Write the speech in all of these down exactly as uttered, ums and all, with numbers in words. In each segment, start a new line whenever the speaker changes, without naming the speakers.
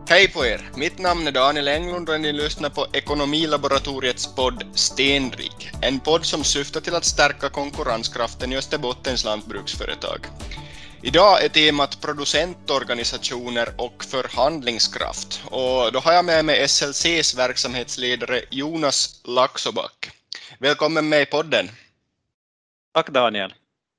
Hej på er! Mitt namn är Daniel Englund och ni lyssnar på Ekonomilaboratoriets podd Stenrik. En podd som syftar till att stärka konkurrenskraften i Österbottens lantbruksföretag. Idag är temat producentorganisationer och förhandlingskraft. Och då har jag med mig S L C:s verksamhetsledare Jonas Laxoback. Välkommen med i podden.
Tack Daniel.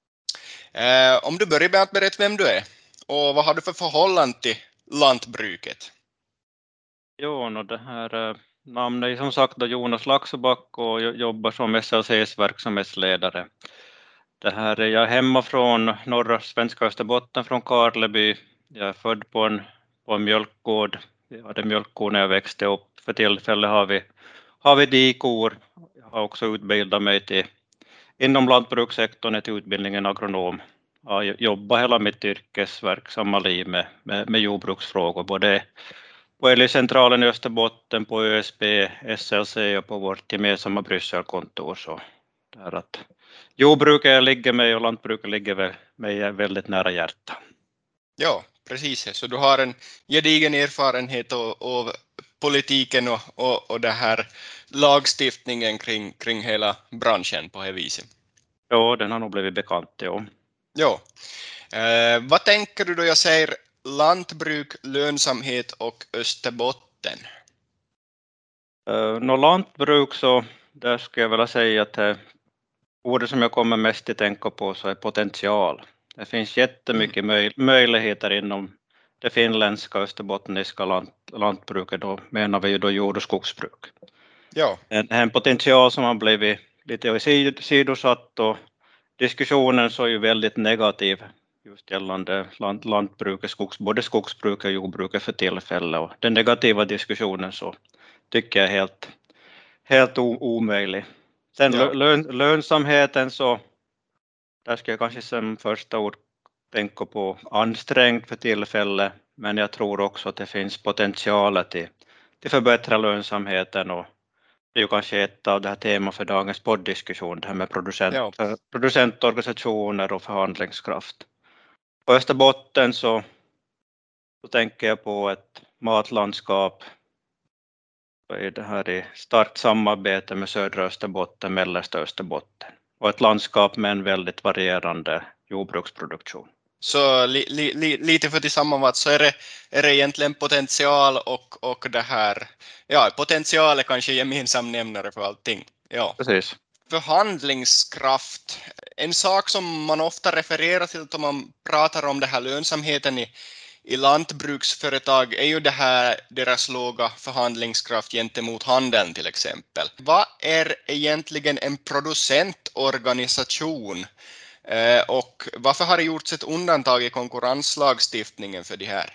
Eh, om du börjar med att berätta vem du är och vad har du för förhållande till lantbruket?
Jo, no, det här namnet är som sagt då Jonas Laxoback och jag jobbar som S L C:s verksamhetsledare. Det här är jag hemma från norra svenska Österbotten, från Karleby. Jag är född på en, på en mjölkgård. Jag hade mjölkkor när jag växte upp. För tillfället har vi, har vi dikor. Jag har också utbildat mig till, inom lantbrukssektorn till utbildningen agronom. Jag har jobbat hela mitt yrkesverksamma liv med, med, med jordbruksfrågor, både på Älgcentralen i Österbotten, på Ö S B, S L C och på vårt gemensamma Brysselkontor. Så det här att jordbruket ligger mig och lantbruket ligger mig väldigt nära hjärta.
Ja, precis. Så du har en gedigen erfarenhet av, av politiken och, och, och det här lagstiftningen kring, kring hela branschen på det viset.
Ja, den har nog blivit bekant, ja.
Ja. Eh, vad tänker du då jag säger lantbruk, lönsamhet och Österbotten?
Uh, Nå lantbruk, så där skulle jag vilja säga att det ordet som jag kommer mest att tänka på så är potential. Det finns jättemycket möj- möjligheter inom det finländska och österbottniska lant- lantbruket. Då menar vi ju då jord- och skogsbruk.
Ja.
En, en potential som har blivit lite sidosatt, och diskussionen så är ju väldigt negativ just gällande lant, lantbruket, skogs, både skogsbruk och jordbruket för tillfället. Och den negativa diskussionen så tycker jag är helt, helt o, omöjlig. Sen
Ja.
lön, lönsamheten, så där ska jag kanske som första ord tänka på ansträngt för tillfället, men jag tror också att det finns potential till, till förbättra lönsamheten, och det är ju kanske ett av det här temat för dagens poddiskussion, det här med producent,
Ja.
producentorganisationer och förhandlingskraft. På Österbotten så, så tänker jag på ett matlandskap. Så är det här i starkt samarbete med södra Österbotten, mellersta Österbotten, och ett landskap med en väldigt varierande jordbruksproduktion.
Så li, li, li, lite för tillsammanfatt så är det, är det egentligen potential och, och det här, ja, potential är kanske gemensam nämnare för allting. Ja.
Precis.
Förhandlingskraft, en sak som man ofta refererar till om man pratar om det här lönsamheten i, i lantbruksföretag är ju det här deras låga förhandlingskraft gentemot handeln till exempel. Vad är egentligen en producentorganisation? Eh, och varför har det gjorts ett undantag i konkurrenslagstiftningen för det här?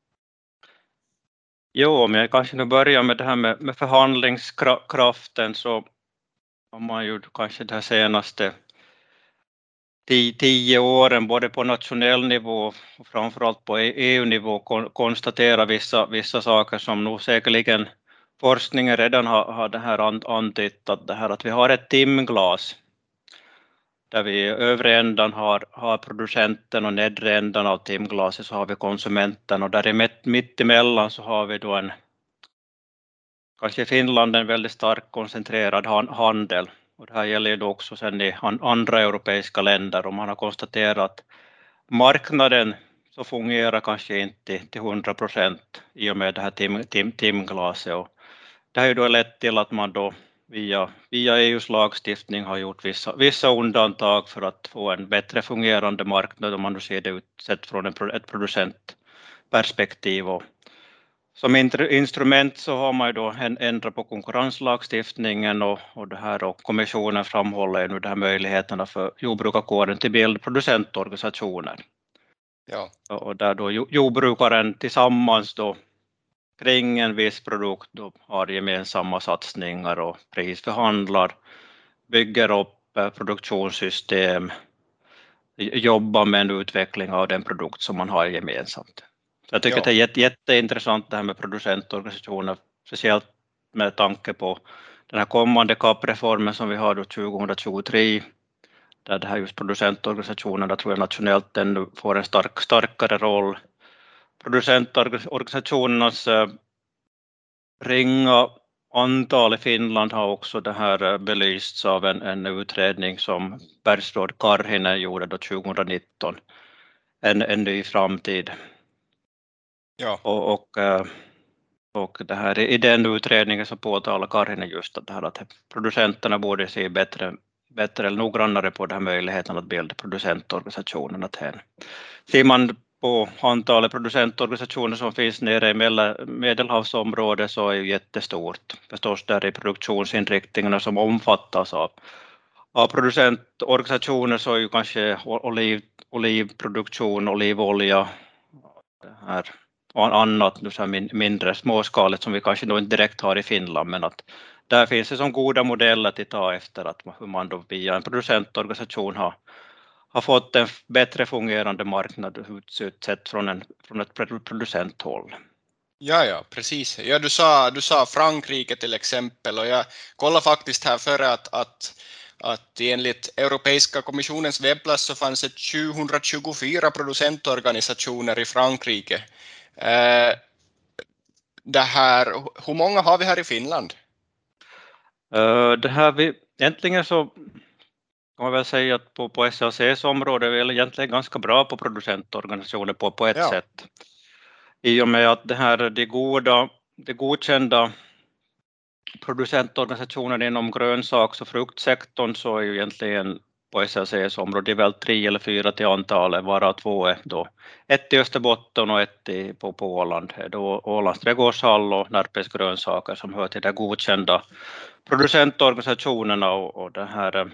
Jo, men jag kanske nu börjar med det här med, med förhandlingskraften, så har man ju kanske det här senaste tio, tio åren både på nationell nivå och framförallt på E U-nivå kon, konstatera vissa, vissa saker som nog säkerligen forskningen redan har, har det här antytt, att det här att vi har ett timglas där vi i övre ändan har, har producenten och nedre ändan av timglaset så har vi konsumenten, och där i mitt, mitt emellan så har vi då en, kanske i Finland, en väldigt starkt koncentrerad handel, och det här gäller ju då också sen i andra europeiska länder, och man har konstaterat att marknaden så fungerar kanske inte till hundra procent i och med det här tim, tim, timglaset, och det har ju då lett till att man då via, via E U:s lagstiftning har gjort vissa, vissa undantag för att få en bättre fungerande marknad, om man nu ser det ut sett från en, ett producentperspektiv. Och som instrument så har man ju då ändrat på konkurrenslagstiftningen, och, och det här, och kommissionen framhåller nu de här möjligheterna för jordbrukarkåren till bild producentorganisationer.
Ja.
Och där då jordbrukaren tillsammans då kring en viss produkt då har gemensamma satsningar och prisförhandlar, bygger upp produktionssystem, jobbar med en utveckling av den produkt som man har gemensamt. Så jag tycker
Ja.
att det är jätte, jätteintressant det här med producentorganisationer, speciellt med tanke på den här kommande C A P-reformen som vi har då tjugohundratjugotre, där det här just producentorganisationerna tror jag nationellt ännu får en stark, starkare roll. producentorganisationernas ringa antal i Finland har också det här belysts av en, en utredning som Bergström Karhinen gjorde då tjugonitton, en, en ny framtid.
Ja.
Och, och, och det här, i den utredningen så påtalar Karhinen just att, det här, att producenterna borde se bättre, bättre eller noggrannare på den här möjligheten att bilda producentorganisationerna. Ser man på antalet producentorganisationer som finns nere i Medelhavsområdet så är ju jättestort. Förstås där i produktionsinriktningarna som omfattas av, av producentorganisationer så är ju kanske oliv, olivproduktion, olivolja det här, och annat så här mindre småskaligt som vi kanske då inte direkt har i Finland, men att där finns det som goda modeller att ta efter att hur man då via en producentorganisation har har fått en bättre fungerande marknad utsett från, en, från ett producenthåll.
Ja, ja, precis. Ja, du sa, du sa Frankrike till exempel, och jag kollar faktiskt här före att, att, att enligt Europeiska kommissionens webbplats så fanns det tjugohundratjugofyra producentorganisationer i Frankrike. Eh, det här, hur många har vi här i Finland?
Uh, det här vi, egentligen så kan man väl säga att på, på S A C:s område är vi egentligen ganska bra på producentorganisationer på, på ett
Ja.
sätt. I och med att det här, de, goda, de godkända producentorganisationer inom grönsaks- och fruktsektorn så är ju egentligen på S A C:s område det är väl tre eller fyra till antalet, varav två är då ett i Österbotten och ett i, på, på Åland. Då Ålands trädgårdshall och Närpes grönsaker som hör till de godkända producentorganisationerna, och, och det här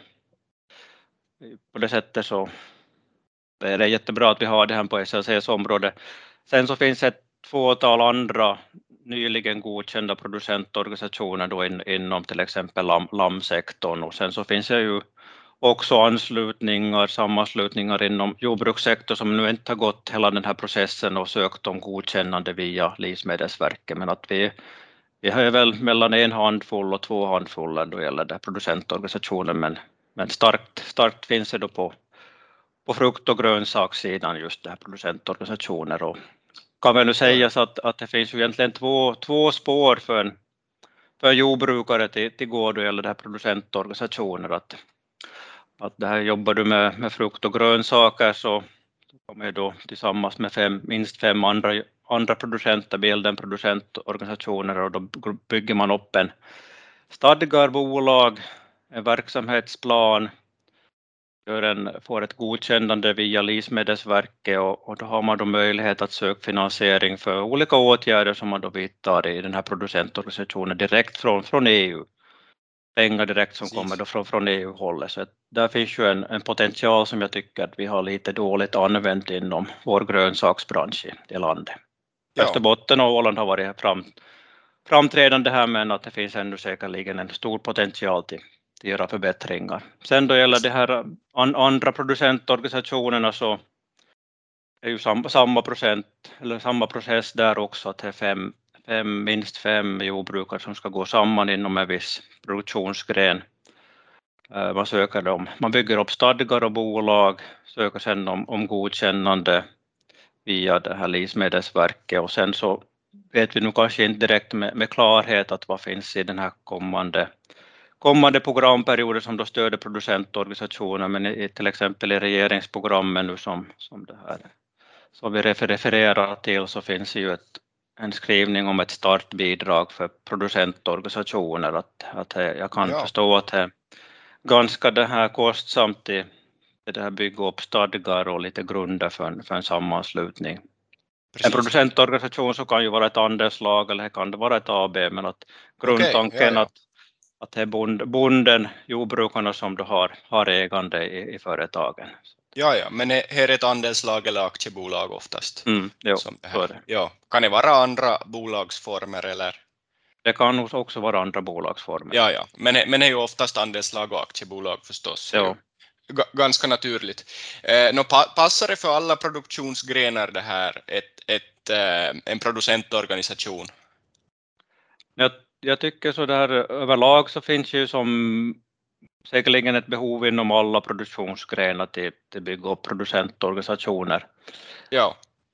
på det sättet så är det jättebra att vi har det här på S A C:s område. Sen så finns ett fåtal andra nyligen godkända producentorganisationer då in, inom till exempel lam, lammsektorn, och sen så finns det ju också anslutningar, sammanslutningar inom jordbrukssektorn som nu inte har gått hela den här processen och sökt om godkännande via Livsmedelsverket, men att vi, vi har väl mellan en handfull och två handfuller då gäller det producentorganisationen, men, men starkt, starkt finns det då på på frukt- och grönsakssidan just det här producentorganisationer, och kan väl nu sägas att, att det finns ju egentligen två, två spår för en, för jordbrukare till, till går då gäller det här producentorganisationer, att, att det här jobbar du med, med frukt och grönsaker så kommer då tillsammans med fem, minst fem andra, andra producenter bilda en producentorganisationer, och då bygger man upp en stadgar, bolag, en verksamhetsplan, gör en, får ett godkännande via Livsmedelsverket, och, och då har man då möjlighet att söka finansiering för olika åtgärder som man då vidtar i den här producentorganisationen direkt från, från E U. Pengar direkt som
Precis.
kommer då från, från E U-hållet. Så att där finns ju en, en potential som jag tycker att vi har lite dåligt använt inom vår grönsaksbransch i det landet.
Ja.
Österbotten och Åland har varit fram, framträdande här, men att det finns ännu säkerligen en stor potential till att göra förbättringar. Sen då gäller det här an, andra producentorganisationerna så är ju samma, samma procent eller samma process där också, att det är fem, fem, minst fem jordbrukare som ska gå samman inom en viss produktionsgren. Man söker dem, man bygger upp stadgar och bolag, söker sedan om, om godkännande via det här Livsmedelsverket, och sen så vet vi nu kanske inte direkt med, med klarhet att vad finns i den här kommande kommande programperioder som då stöder producentorganisationer, men i, till exempel i regeringsprogrammen nu som, som det här som vi refererar till så finns ju ett, en skrivning om ett startbidrag för producentorganisationer, att, att jag kan
Ja.
förstå att det är ganska det här kostsamt i det här bygga upp stadgar och lite grunder för en, för en sammanslutning.
Precis.
En producentorganisation så kan ju vara ett andelslag eller kan det vara ett A B, men att grundtanken
Okay, ja, ja.
att att det är bond, bonden, jordbrukarna som då har, har ägande i, i företagen.
Ja, ja, men här är ett andelslag eller aktiebolag oftast.
Mm, jo,
som det
så
här.
är det.
Ja. Kan det vara andra bolagsformer eller?
Det kan nog också vara andra bolagsformer.
Ja, ja, men, men det är ju oftast andelslag och aktiebolag förstås.
Jo.
G- ganska naturligt. Eh, no, pa- passar det för alla produktionsgrenar det här, ett, ett, eh, en producentorganisation?
Jag, jag tycker så där överlag så finns ju som säkerligen ett behov inom alla produktionsgrenar till, till bygga upp producentorganisationer.
Ja.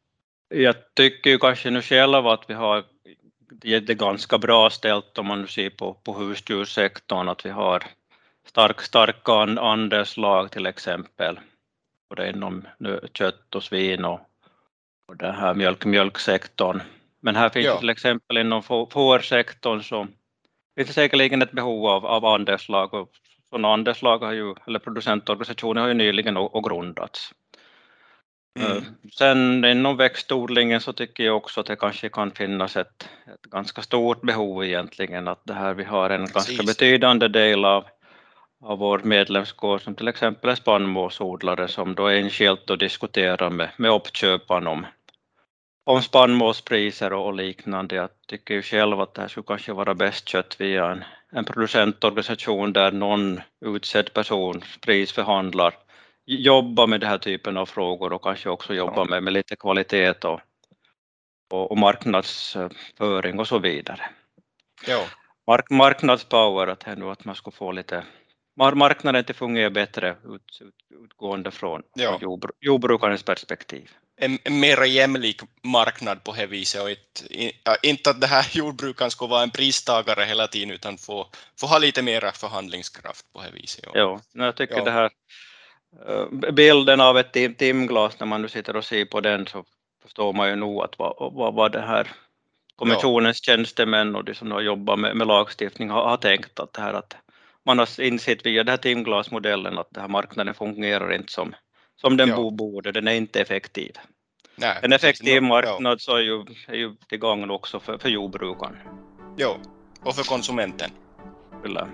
Jag tycker ju kanske nu själv att vi har det ganska bra ställt om man nu ser på, på husdjurssektorn, att vi har stark, starka andelslag till exempel, både inom kött och svin och, och det här mjölk, mjölksektorn. Men här finns
Ja.
ju till exempel inom fårsektorn så finns det säkerligen ett behov av, av andelslag, och sådana andelslag har ju, eller producentorganisationer har ju nyligen och, och grundats. Mm. Sen inom växtodlingen så tycker jag också att det kanske kan finnas ett, ett ganska stort behov egentligen, att det här vi har en Precis. ganska betydande del av, av vår medlemskår som till exempel är spannmålsodlare som då enskilt och diskuterar med, med uppköparna om, om spannmålspriser och, och liknande. Jag tycker ju själv att det här skulle kanske vara bäst kött via en, en producentorganisation där någon utsedd person prisförhandlar, jobba med den här typen av frågor och kanske också jobba med, med lite kvalitet och, och, och marknadsföring och så vidare.
Ja.
Mark, marknadspower, att, ändå att man ska få lite marknaden att fungera bättre ut, ut, utgående från,
ja.
från jordbru, jordbrukarens perspektiv.
En, en mer jämlik marknad på det viset, och ett, inte att det här jordbrukaren ska vara en pristagare hela tiden utan få, få ha lite mer förhandlingskraft på det viset.
Ja, jag tycker
ja.
det här bilden av ett tim, timglas, när man nu sitter och ser på den så förstår man ju nog att vad, vad, vad det här kommissionens ja. tjänstemän och de som har jobbat med, med lagstiftning har, har tänkt, att det här att man har insett via den här timglasmodellen att den här marknaden fungerar inte som, som den ja. borde, den är inte effektiv.
Nej,
en effektiv
no,
marknad
ja.
så är ju, är ju till gång också för, för jordbrukaren.
Ja, och för konsumenten.
Eller.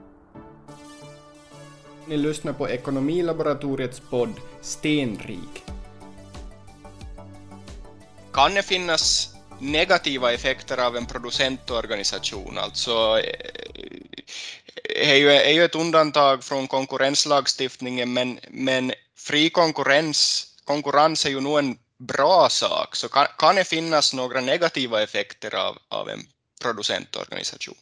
Ni lyssnar på Ekonomilaboratoriets podd Stenrik.
Kan det finnas negativa effekter av en producentorganisation? Alltså är ju, är ju ett undantag från konkurrenslagstiftningen, men, men fri konkurrens, konkurrens är ju nog en bra sak. Så kan, kan det finnas några negativa effekter av, av en producentorganisation?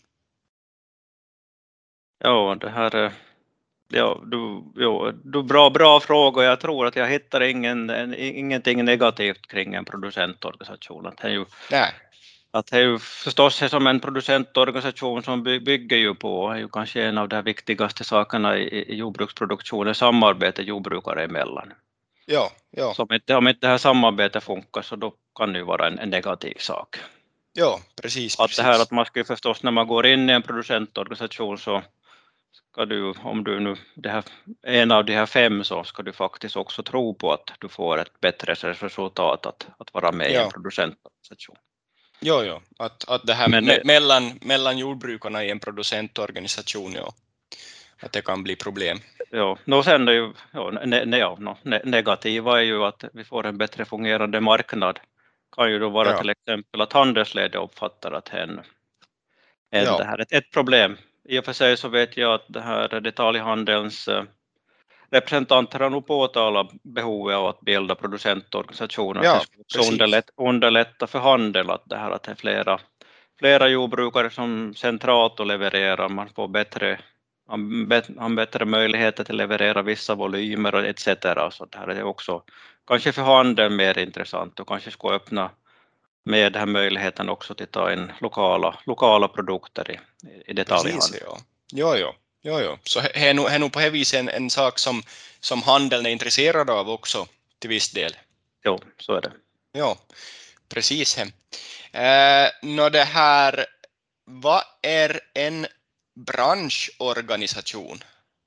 Ja, det här är ja, du, ja, du, bra, bra fråga. Jag tror att jag hittar ingen, en, ingenting negativt kring en producentorganisation. Att det är ju,
Nej.
Att det är ju förstås som en producentorganisation som bygger ju på, är ju kanske en av de viktigaste sakerna i, i jordbruksproduktionen, samarbete jordbrukare emellan.
Ja, ja.
Så om inte, om inte det här samarbetet funkar så då kan det ju vara en, en negativ sak.
Ja, precis.
Att
precis.
det här att man ska ju förstås, när man går in i en producentorganisation så ska du, om du nu, det här, en av de här fem, så ska du faktiskt också tro på att du får ett bättre resultat att, att vara med ja. i en producentorganisation.
Jo, jo. Att, att det här
Men,
me- mellan, mellan jordbrukarna i en producentorganisation, ja. Att det kan bli problem.
Ja, no, sen är ju, ja, ne, ne, ja, no, ne, negativa är ju att vi får en bättre fungerande marknad. Kan ju då vara ja. till exempel att handelsledet uppfattar att en, en ja. det här är ett, ett problem. I och för sig så vet jag att det här detaljhandelns eh, representanter har nog påtalat behovet av att bilda producentorganisationer.
Ja,
det ska underlätta, underlätta för handel, att det här att det är flera, flera jordbrukare som centralt och levererar, man får bättre, har bättre möjligheter till att leverera vissa volymer och et cetera. Så det här är också kanske för handeln mer intressant, och kanske ska öppna med den här möjligheten också till att ta in lokala, lokala produkter i, i detaljhandeln.
Precis, ja. Jo, jo. Jo, jo. Så det är nog, är nog på det viset en, en sak som, som handeln är intresserad av också till viss del.
Jo, så är det.
Ja, precis. Eh, nå det här, vad är en branschorganisation?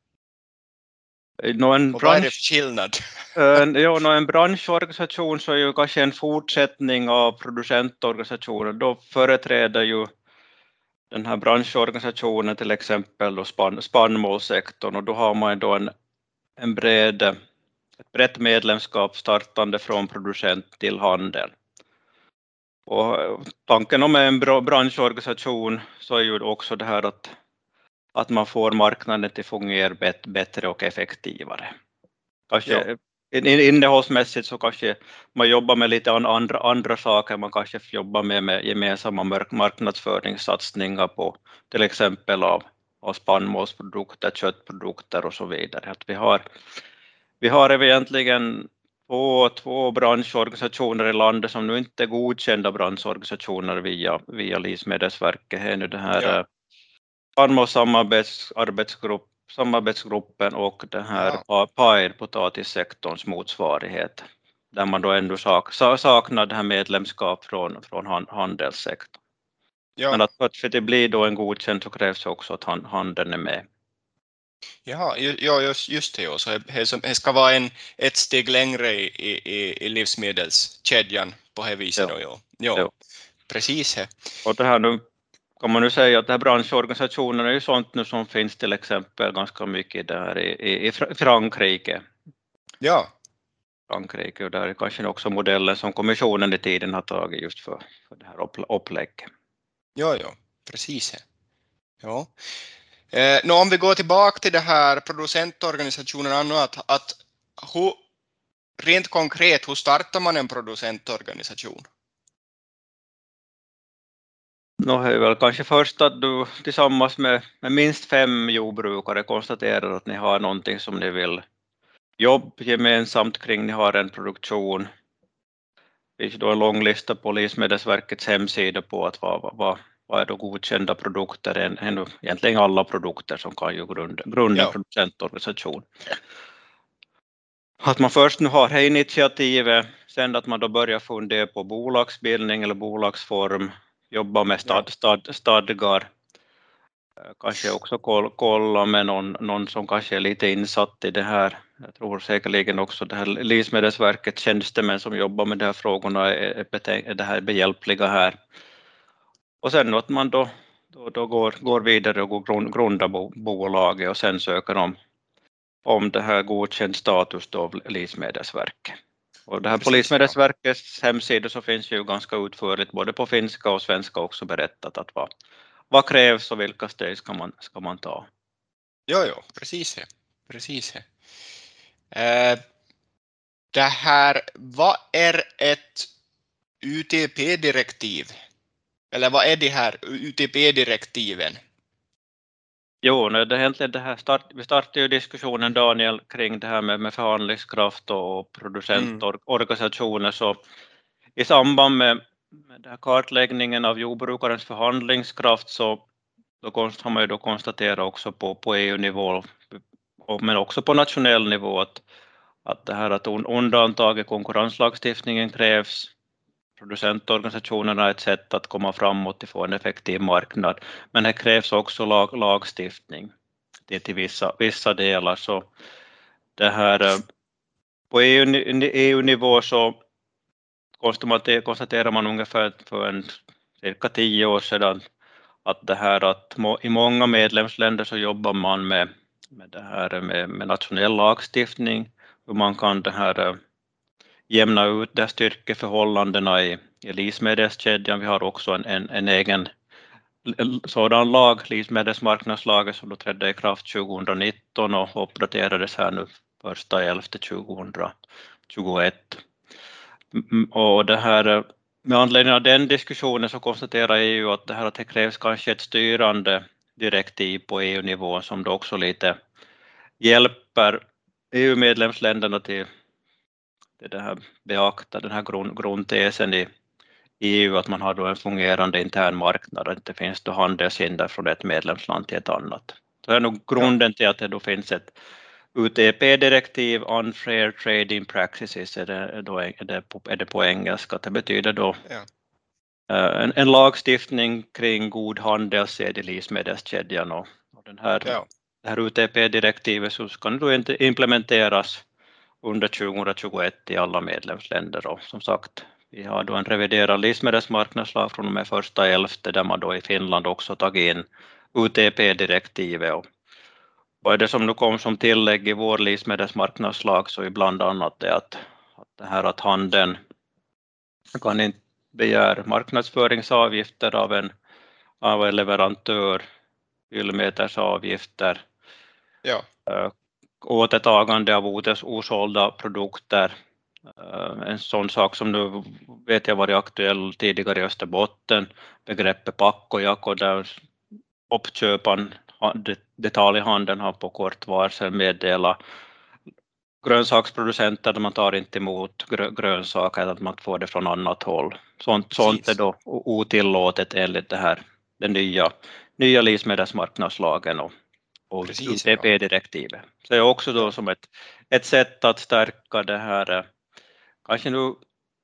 Nå, en
Och
bransch,
vad är det för skillnad?
äh, jo, nå, en branschorganisation så är ju kanske en fortsättning av producentorganisationen. Då företräder ju den här branschorganisationen till exempel då spann, spannmålssektorn, och då har man då en, en bred, ett brett medlemskap startande från producent till handel. Och tanken om en bra branschorganisation så är ju också det här att, att man får marknaden att fungera bet, bättre och effektivare. Kanske ja. innehållsmässigt så kanske man jobbar med lite andra, andra saker, man kanske jobbar med, med gemensamma marknadsföringssatsningar på till exempel av, av spannmålsprodukter, köttprodukter och så vidare. Att vi har, vi har egentligen två, två branschorganisationer i landet som nu inte är godkända branschorganisationer via, via Livsmedelsverket. Det är nu det här
Ja.
spannmålssamarbetsgrupp, samarbetsgruppen och det här
Ja.
P A I R, potatissektorns motsvarighet, där man då ändå sak, saknar det här medlemskap från, från handelssektorn.
Ja.
Men att för att det blir då en godkänd så krävs också att handeln är med.
Ja, ja just, just det. Så det ska vara en, ett steg längre i, i, i livsmedelskedjan på det viset.
Ja.
Då, ja. Ja,
Ja.
precis. He.
Och det här nu kan man nu säga att det här branschorganisationerna är ju sånt nu som finns till exempel ganska mycket där i, i, i Frankrike.
Ja.
Frankrike, och där är kanske också modellen som kommissionen i tiden har tagit just för, för det här upplägget.
Ja, ja, precis. He. Ja. Eh, nu om vi går tillbaka till det här producentorganisationen, att, att hur, rent konkret, hur startar man en producentorganisation?
Nå, det är väl kanske först att du tillsammans med, med minst fem jordbrukare konstaterar att ni har någonting som ni vill jobba gemensamt kring, ni har en produktion. Det finns då en lång lista på Livsmedelsverkets hemsida på att vad, vad, vad är då godkända produkter, en, en, egentligen alla produkter som kan ju grunda, grunda en
Ja.
producentorganisation. Att man först nu har det initiativet, sen att man då börjar fundera på bolagsbildning eller bolagsform, jobba med stad, stad, stadgar, kanske också kolla med någon, någon som kanske är lite insatt i det här. Jag tror säkerligen också det här Livsmedelsverkets tjänstemän som jobbar med de här frågorna är, är det här behjälpliga här. Och sen att man då, då, då går, går vidare och går grunda bo, bolaget och sen söker om, om det här godkänd status då av Livsmedelsverket. Och det här på Livsmedelsverkets hemsida så finns ju ganska utförligt både på finska och svenska också berättat att vad, vad krävs och vilka steg ska man, ska man ta.
Ja, ja, precis. Precis. Eh, det här, vad är ett U T P-direktiv? Eller vad är de här U T P-direktiven?
Jo, det är egentligen det här start, vi startade ju diskussionen, Daniel, kring det här med, med förhandlingskraft och producentorganisationer. Mm. Så i samband med, med den här kartläggningen av jordbrukarens förhandlingskraft så då har man ju då konstaterat också på, på E U-nivå men också på nationell nivå att, att det här att undantag i konkurrenslagstiftningen krävs. Producentorganisationerna är ett sätt att komma framåt till få en effektiv marknad, men det krävs också lag, lagstiftning det till vissa, vissa delar. Så det här, på E U-nivå så konstaterar man ungefär för en cirka tio år sedan att det här att i många medlemsländer så jobbar man med, med det här med, med nationell lagstiftning, hur man kan det här jämna ut de styrkeförhållandena i, i livsmedelskedjan. Vi har också en, en, en egen sådan lag, livsmedelsmarknadslagen, som då trädde i kraft tjugonitton och uppdaterades här nu första elfte tjugohundratjugoett. Och det här, med anledning av den diskussionen så konstaterar E U att det här att det krävs kanske ett styrande direktiv på E U-nivå som då också lite hjälper E U-medlemsländerna till det här beakta den här grund, grundtesen i E U att man har då en fungerande intern marknad och inte finns då handelshinder från ett medlemsland till ett annat. Så är nog grunden till att det då finns ett U T P-direktiv, Unfair Trading Practices, är det, då är det, på, är det på engelska. Det betyder då
ja.
en, en lagstiftning kring god handelssed i livsmedelskedjan och, och den här,
Ja.
det här U T P-direktivet så ska då inte implementeras under tjugohundratjugoett i alla medlemsländer. Och som sagt, vi har då en reviderad livsmedelsmarknadslag från och med första elfte där man då i Finland också tagit in U T P-direktivet. Och vad är det som nu kom som tillägg i vår livsmedelsmarknadslag så är bland annat det att, att det här att handeln kan inte begära marknadsföringsavgifter av en, av en leverantör, hyllmetersavgifter,
Ja.
äh, återtagande av osålda produkter. En sån sak som nu vet jag varit aktuell tidigare i Österbotten, begreppet pakkojako där uppköparen, detaljhandeln har på kort varsel meddelat grönsaksproducenter där man tar inte emot grö, grönsaker, att man får det från annat håll. Sånt, sånt är då otillåtet enligt det här, den nya, nya livsmedelsmarknadslagen och, och U T P-direktivet. Så det är också då ja. som ett, ett sätt att stärka det här, kanske nu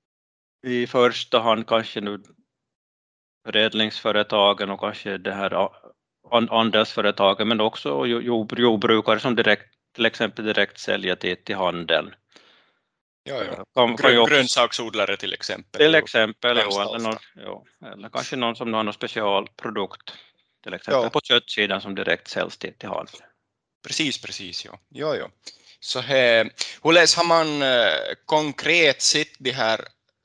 i första hand kanske nu förädlingsföretagen och kanske det här andelsföretagen, men också jordbrukare som direkt, till exempel direkt säljer till, till handeln.
Ja, ja. Kan, kan också, grönsaksodlare till exempel.
Till exempel, jo, eller, någon, jo, eller kanske någon som har någon specialprodukt, till exempel ja. på köttsidan som direkt säljs till, till handeln.
Precis, precis, ja. Jo, jo. Så här, hur läs har man eh, konkret sett de här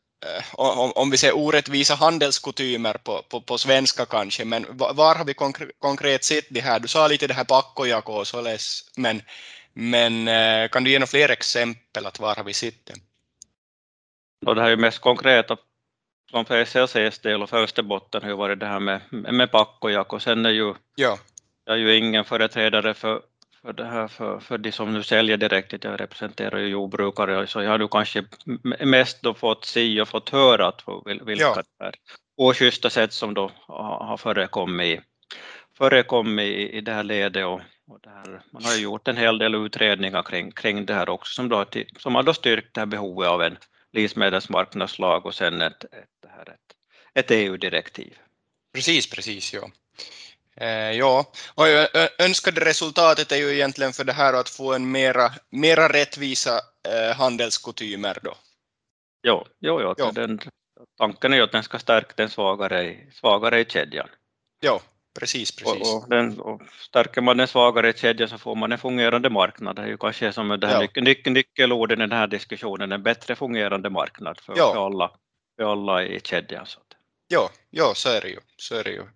Om, om vi ser orättvisa handelskutymer på, på, på svenska kanske, men var har vi konkre, konkret sett det här? Du sa lite det här pakkojako och således, men, men kan du ge några fler exempel att var har vi sett det?
Och det här är ju mest konkreta som för S L C:s del och för Österbotten har ju varit det här med, med pakkojako. Sen är ju,
ja.
jag är ju ingen företrädare för För, det här, för, för de som nu säljer direkt, jag representerar ju jordbrukare, så jag har ju kanske mest då fått se och fått höra att vilka ja. det här oschyssta sätt som då har förekommit, förekommit i, i det här ledet. Och, och det här, man har ju gjort en hel del utredningar kring, kring det här också, som, då, som har då styrkt det här behovet av en livsmedelsmarknadslag och sen ett, ett, det här, ett, ett E U-direktiv.
Precis, precis, ja. Eh, ja, och önskade resultatet är ju egentligen för det här att få en mera, mera rättvisa eh, handelskutymer då.
Jo, jo, jo, jo. Den, tanken är ju att den ska stärka den svagare, svagare i kedjan.
Ja, precis, precis.
Och, och, den, och stärker man den svagare i kedjan så får man en fungerande marknad. Det är ju kanske som det här ja. nyc- nyc- nyckelorden i den här diskussionen, en bättre fungerande marknad för, ja. för, alla, för alla i kedjan. Så.
Ja, ja, så är det ju. Så är det ju.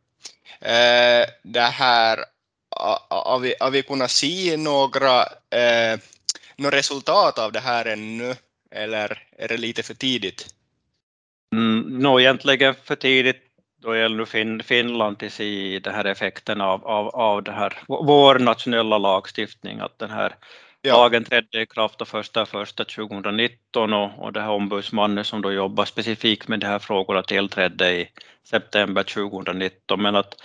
Eh, det här, har vi, har vi kunnat se några, eh, några resultat av det här ännu, eller är det lite för tidigt?
Mm, no, egentligen för tidigt, då gäller nu fin, Finland till sig den här effekten av, av, av det här, vår nationella lagstiftning, att den här ja. lagen trädde i kraft den första första tjugonitton och, och det här ombudsmannen som då jobbar specifikt med de här frågorna tillträdde i september tjugonitton, men att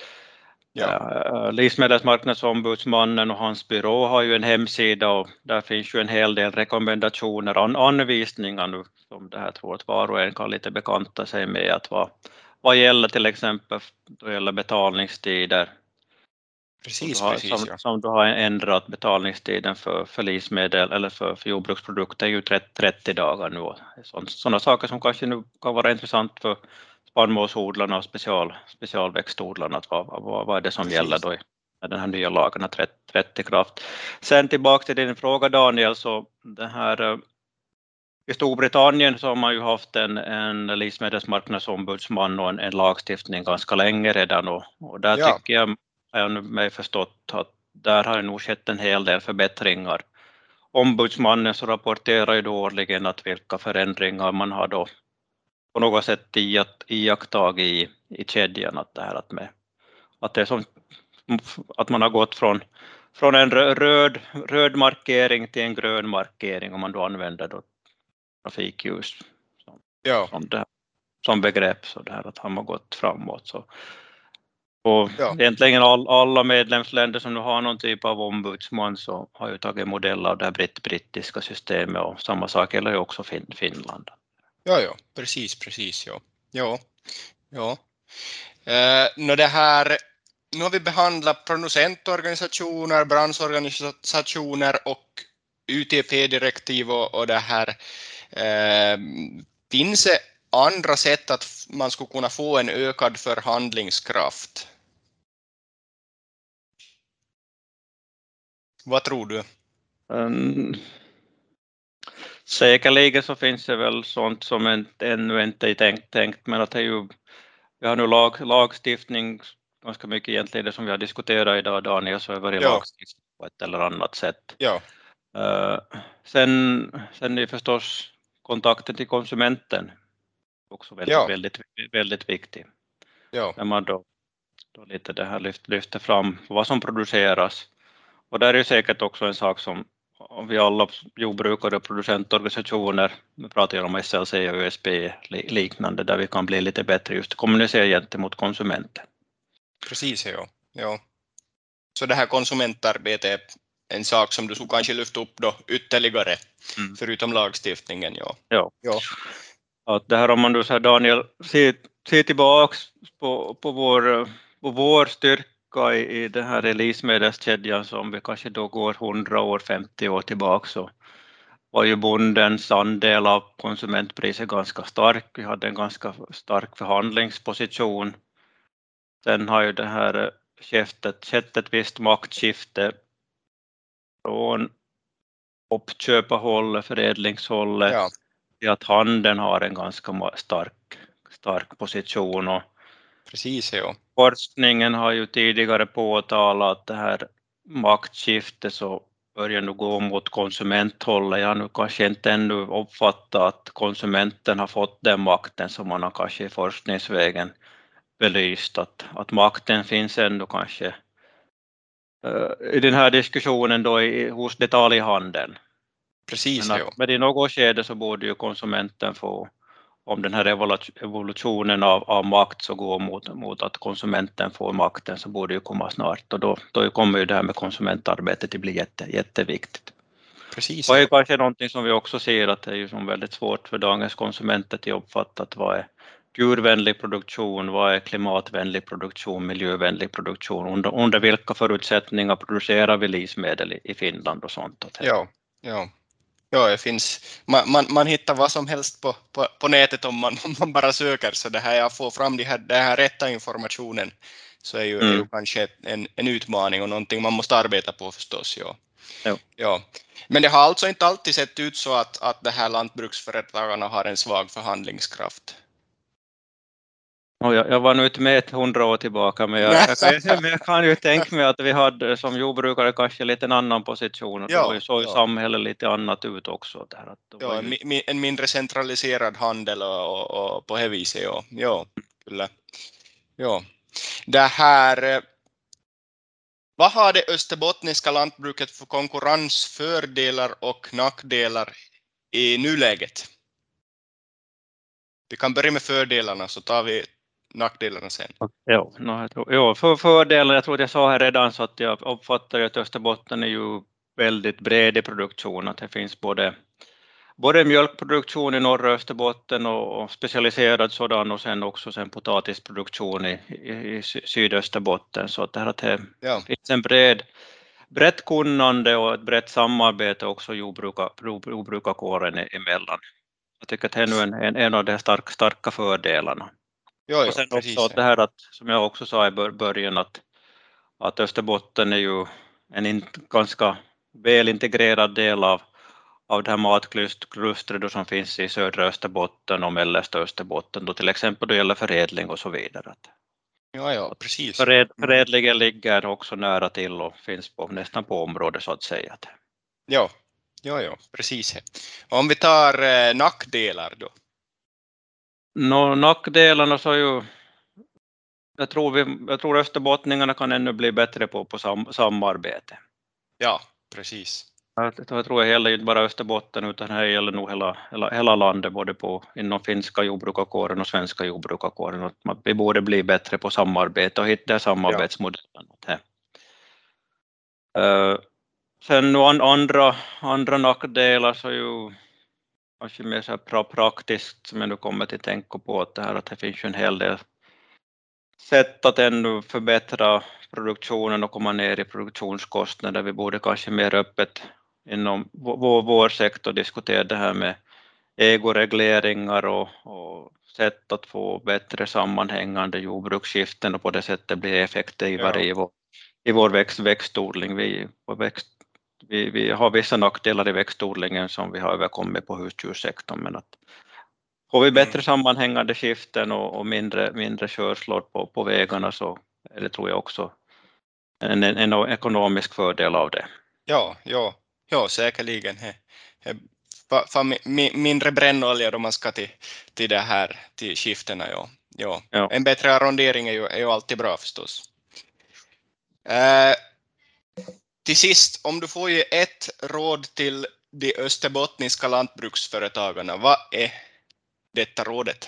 ja. livsmedelsmarknadsombudsmannen och hans byrå har ju en hemsida och där finns ju en hel del rekommendationer och anvisningar nu som det här tror att var och en kan lite bekanta sig med att vad, vad gäller till exempel då gäller betalningstider.
Precis,
som,
precis,
som,
ja.
som du har ändrat betalningstiden för, för livsmedel eller för, för jordbruksprodukter är ju trettio dagar nu. Sådana saker som kanske nu kan vara intressant för spannmålsodlarna och special, specialväxtodlarna, att vad, vad, vad är det som Precis. gäller då när den här nya lagen har trätt i kraft. Sen tillbaka till din fråga Daniel, så det här, i Storbritannien så har man ju haft en, en livsmedelsmarknadsombudsman och en, en lagstiftning ganska länge redan och, och där ja. tycker jag, har jag nu mig förstått att där har det nog skett en hel del förbättringar. Ombudsmannen så rapporterar ju då årligen att vilka förändringar man har då på något sätt iakttagit i, i kedjan, att det här att, med, att, det är som, att man har gått från, från en röd, röd markering till en grön markering om man då använder då trafikljus som,
ja.
som, det, som begrepp, så det här att har man gått framåt. Så. Och ja. egentligen all, alla medlemsländer som nu har någon typ av ombudsman så har ju tagit modell av det här britt, brittiska systemet och samma sak gäller ju också fin, Finland.
Ja, ja, precis, precis, ja. Ja, ja. Eh, nu det här, nu har vi behandlat producentorganisationer, branschorganisationer och U T P-direktiv och, och det här. Eh, finns det andra sätt att man skulle kunna få en ökad förhandlingskraft? Vad tror du?
Um, säkerligen så finns det väl sånt som en, ännu inte är tänkt, tänkt men att det är ju, vi har nu lag, lagstiftning ganska mycket egentligen det som vi har diskuterat idag Daniel, så är det ja. lagstiftning på ett eller annat sätt.
Ja.
Uh, sen, sen är förstås kontakten till konsumenten också väldigt, ja. väldigt, väldigt viktig.
Ja.
När man då, då lite det här lyft, lyfter fram vad som produceras. Och där är det säkert också en sak som om vi alla jordbrukare och producentorganisationer, vi pratar ju om S L C och U S P liknande, där vi kan bli lite bättre just kommunicera gentemot konsumenten.
Precis, ja. ja. Så det här konsumentarbetet är en sak som du skulle kanske lyfta upp då ytterligare, mm. förutom lagstiftningen. Ja.
Ja. Ja. Att det här, om man då så här, Daniel, ser, ser tillbaka på, på, vår, på vår styrka i, i den här livsmedelskedjan, som vi kanske då går hundra år, femtio år tillbaka, så var ju bondens andel av konsumentpriset ganska stark. Vi hade en ganska stark förhandlingsposition. Sen har ju det här skiftet, skett ett visst maktskifte från uppköparhållet, förädlingshållet, ja. till att handeln har en ganska stark, stark position. Och
precis, ja.
Forskningen har ju tidigare påtalat att det här maktskiftet så börjar nu gå mot konsumenthållet. Jag har nu kanske inte ännu uppfattat att konsumenten har fått den makten som man har kanske i forskningsvägen belyst. Att, att makten finns ändå kanske uh, i den här diskussionen då i, hos detaljhandeln.
Precis,
men, att, men i något skede så borde ju konsumenten få, om den här evolutionen av, av makt så går mot, mot att konsumenten får makten, så borde ju komma snart, och då, då kommer ju det här med konsumentarbetet att bli jätte, jätteviktigt.
Precis.
Och det är kanske någonting som vi också ser att det är ju som väldigt svårt för dagens konsumenter att uppfatta att vad är djurvänlig produktion, vad är klimatvänlig produktion, miljövänlig produktion, under, under vilka förutsättningar producerar vi livsmedel i, i Finland och sånt.
Ja, ja. Ja, det finns, man, man, man hittar vad som helst på, på, på nätet om man, om man bara söker, så det här jag får fram det här, den här rätta informationen, så är ju, mm. är ju kanske en, en utmaning och någonting man måste arbeta på förstås. Ja.
Ja.
Ja. Men det har alltså inte alltid sett ut så att, att det här lantbruksföretagarna har en svag förhandlingskraft.
Och jag, jag var nu inte med hundra år tillbaka, men jag, jag, kan, men jag kan ju tänka mig att vi hade som jordbrukare kanske lite en annan position, och
ja,
då såg ju ja. samhället lite annat ut också. Där, att
ja, ju... mi, en mindre centraliserad handel och, och, och på det viset, ja. Ja, kyllä. Ja. Det här, vad har det österbottniska lantbruket för konkurrensfördelar och nackdelar i nuläget? Vi kan börja med fördelarna, så tar vi nackdelarna sen.
Ja, no, jag tror, ja, för fördelen, jag tror att jag sa här redan, så att jag uppfattar att Österbotten är ju väldigt bred i produktion, att det finns både, både mjölkproduktion i norra Österbotten och, och specialiserad sådan, och sen också sen potatisproduktion i, i, i Sydösterbotten, så att det, här, att det ja. finns en bred, brett kunnande och ett brett samarbete också jordbruka, jordbrukarkåren emellan. Jag tycker att det är nu en, en, en av de stark, starka fördelarna.
Jo, jo,
och sen
precis,
också det här att, som jag också sa i början, att, att Österbotten är ju en in, ganska väl integrerad del av, av det här matklustret som finns i södra Österbotten och mellersta Österbotten, då till exempel då gäller förädling och så vidare.
Ja, ja, precis.
Föräd, förädlingen ligger också nära till och finns på, nästan på området, så att säga.
Ja, ja, ja, precis. Om vi tar eh, nackdelar då?
No, nackdelarna så är ju, jag tror, vi, jag tror österbottningarna kan ännu bli bättre på, på sam, samarbete.
Ja, precis.
Jag, jag tror det gäller inte bara Österbotten, utan det gäller nog hela, hela, hela landet, både på, inom finska jordbrukarkåren och svenska jordbrukarkåren. Att vi borde bli bättre på samarbete och hitta samarbetsmodeller. Ja. Uh, sen andra, andra nackdelar så är ju kanske mer så här praktiskt, som jag nu kommer till tänka på, att det här att det finns en hel del sätt att ännu förbättra produktionen och komma ner i produktionskostnader. Vi borde kanske mer öppet inom vår, vår sektor diskutera det här med ägoregleringar och, och sätt att få bättre sammanhängande jordbruksskiften och på det sättet bli effektivare ja. i vår, i vår växt, växtodling. Vi, vår växt, vi, vi har vissa nackdelar i växtodlingen som vi har överkommit på husdjurssektorn, men att får vi bättre sammanhängande skiften och, och mindre, mindre körslor på, på vägarna, så är det, tror jag, också en, en, en ekonomisk fördel av det.
Ja, ja, ja, säkerligen. He, he, fa, fa, mi, mindre brännolja då man ska till, till det här, till skiftena. Ja. Ja. Ja. En bättre arrondering är ju, är ju alltid bra förstås. Eh, till sist, om du får ge ett råd till de österbottniska lantbruksföretagarna, vad är detta rådet?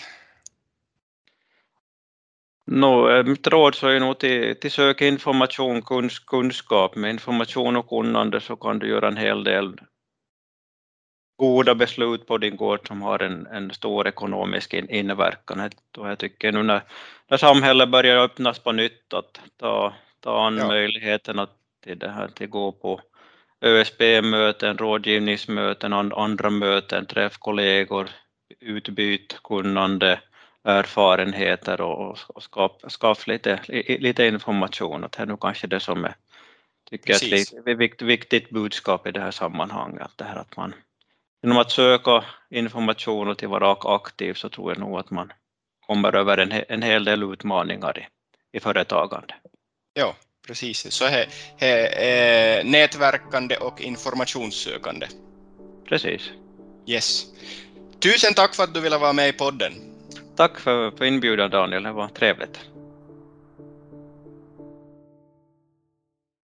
No, mitt råd så är nog till, till söka information, kunsk, kunskap. Med information och kunnande så kan du göra en hel del goda beslut på din gård som har en, en stor ekonomisk in, inverkan. Och jag tycker nu när, när samhället börjar öppnas på nytt att ta, ta an
Ja.
möjligheten att till det här till gå på Ö S B-möten, rådgivningsmöten, and, andra möten, träff kollegor, utbyt kunnande, erfarenheter och, och skapa skap lite, lite information. Att det är nu kanske det som är, tycker jag, ett viktigt, viktigt budskap i det här sammanhanget. Att det här att man genom att söka information och till vara aktiv så tror jag nog att man kommer över en, en hel del utmaningar i, i företagande.
Ja, precis. Så här, här är nätverkande och informationssökande.
Precis.
Yes. Tusen tack för att du ville vara med i podden.
Tack för, för inbjudan, Daniel, det var trevligt.